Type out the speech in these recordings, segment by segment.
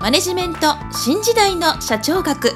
マネジメント新時代の社長学。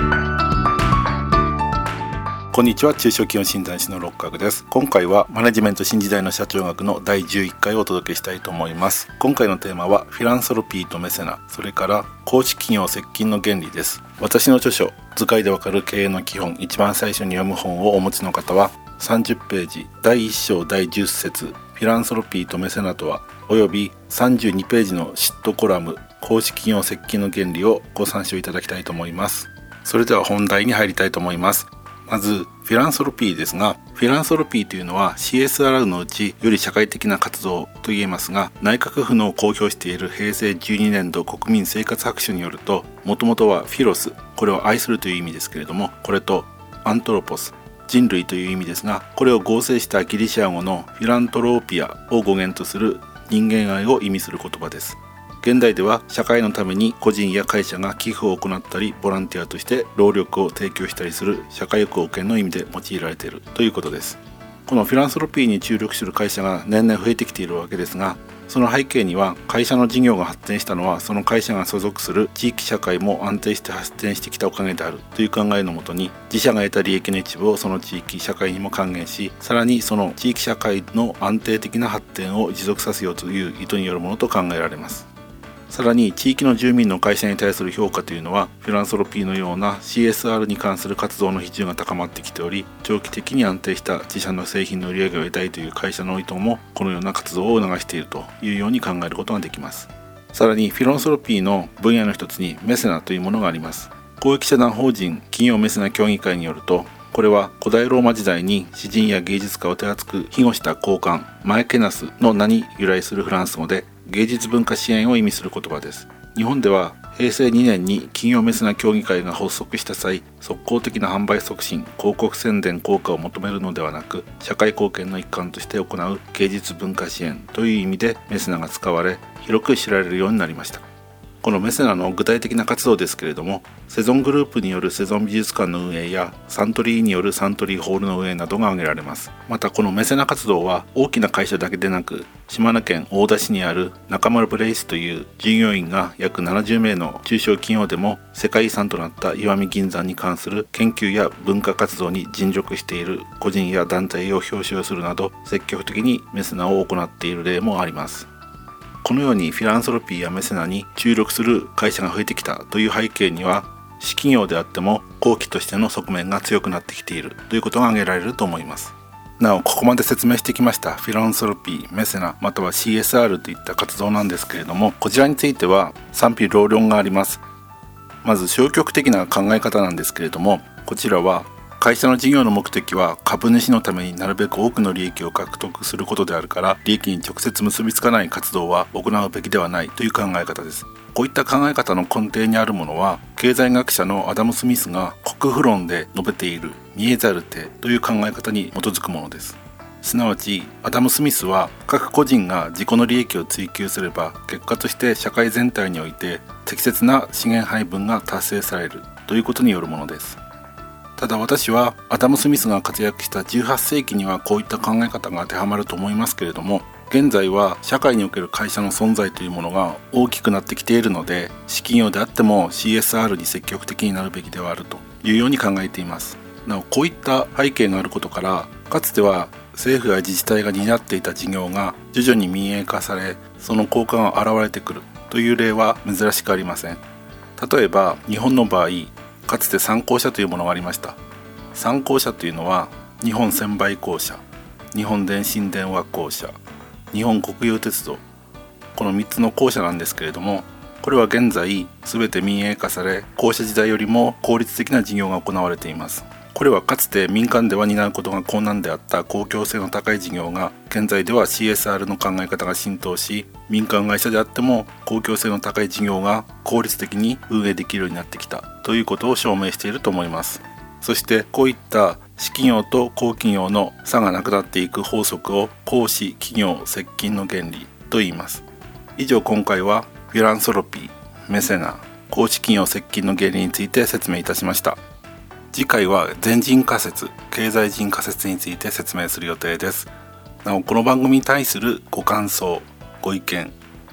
こんにちは、中小企業診断士の六角です。今回はマネジメント新時代の社長学の第11回をお届けしたいと思います。今回のテーマはフィランソロピーとメセナ、それから公式企業接近の原理です。私の著書図解でわかる経営の基本、一番最初に読む本をお持ちの方は30ページ第1章第10節フィランソロピーとメセナとは、および32ページのシットコラム公式企業接近の原理をご参照いただきたいと思います。それでは本題に入りたいと思います。まずフィランソロピーですが、フィランソロピーというのは CSR のうちより社会的な活動と言えますが、内閣府の公表している平成12年度国民生活白書によると、もともとはフィロス、これを愛するという意味ですけれども、これとアントロポス、人類という意味ですが、これを合成したギリシャ語のフィラントローピアを語源とする人間愛を意味する言葉です。現代では社会のために個人や会社が寄付を行ったり、ボランティアとして労力を提供したりする社会貢献の意味で用いられているということです。このフィランソロピーに注力する会社が年々増えてきているわけですが、その背景には会社の事業が発展したのはその会社が所属する地域社会も安定して発展してきたおかげであるという考えのもとに、自社が得た利益の一部をその地域社会にも還元し、さらにその地域社会の安定的な発展を持続させようという意図によるものと考えられます。さらに地域の住民の会社に対する評価というのは、フィランソロピーのような CSR に関する活動の比重が高まってきており、長期的に安定した自社の製品の売り上げを得たいという会社の意図もこのような活動を促しているというように考えることができます。さらにフィランソロピーの分野の一つにメセナというものがあります。公益社団法人企業メセナ協議会によると、これは古代ローマ時代に詩人や芸術家を手厚く庇護した高官マエケナスの名に由来するフランス語で、芸術文化支援を意味する言葉です。日本では平成2年に企業メセナ協議会が発足した際、即効的な販売促進、広告宣伝効果を求めるのではなく、社会貢献の一環として行う芸術文化支援という意味でメセナが使われ、広く知られるようになりました。このメセナの具体的な活動ですけれども、セゾングループによるセゾン美術館の運営やサントリーによるサントリーホールの運営などが挙げられます。またこのメセナ活動は大きな会社だけでなく、島根県大田市にある中丸ブレイスという従業員が約70名の中小企業でも世界遺産となった石見銀山に関する研究や文化活動に尽力している個人や団体を表彰するなど、積極的にメセナを行っている例もあります。このようにフィランソロピーやメセナに注力する会社が増えてきたという背景には、私企業であっても公企としての側面が強くなってきているということが挙げられると思います。なお、ここまで説明してきましたフィランソロピー、メセナまたは CSR といった活動なんですけれども、こちらについては賛否両論があります。まず消極的な考え方なんですけれども、こちらは会社の事業の目的は株主のためになるべく多くの利益を獲得することであるから、利益に直接結びつかない活動は行うべきではないという考え方です。こういった考え方の根底にあるものは、経済学者のアダム・スミスが国富論で述べている見えざる手という考え方に基づくものです。すなわちアダム・スミスは、各個人が自己の利益を追求すれば結果として社会全体において適切な資源配分が達成されるということによるものです。ただ私はアダム・スミスが活躍した18世紀にはこういった考え方が当てはまると思いますけれども、現在は社会における会社の存在というものが大きくなってきているので、私企業であっても CSR に積極的になるべきではあるというように考えています。なお、こういった背景があることから、かつては政府や自治体が担っていた事業が徐々に民営化され、その効果が現れてくるという例は珍しくありません。例えば日本の場合、かつて三公社というものがありました。三公社というのは日本専売公社、日本電信電話公社、日本国有鉄道、この3つの公社なんですけれども、これは現在全て民営化され、公社時代よりも効率的な事業が行われています。これはかつて民間では担うことが困難であった公共性の高い事業が、現在では CSR の考え方が浸透し、民間会社であっても公共性の高い事業が効率的に運営できるようになってきたということを証明していると思います。そしてこういった私企業と公企業の差がなくなっていく法則を公私企業接近の原理と言います。以上、今回はフィランソロピー、メセナ、公私企業接近の原理について説明いたしました。次回は全人仮説、経済人仮説について説明する予定です。なお、この番組に対するご感想、ご意見、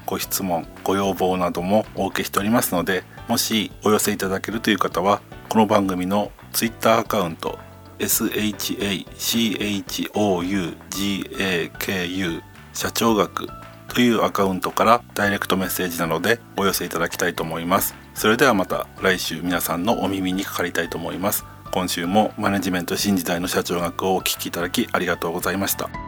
ご質問ご要望などもお受けしておりますので、もしお寄せいただけるという方はこの番組のツイッターアカウント SHACHOUGAKU 社長学というアカウントからダイレクトメッセージなどでお寄せいただきたいと思います。それではまた来週皆さんのお耳にかかりたいと思います。今週もマネジメント新時代の社長学をお聞きいただきありがとうございました。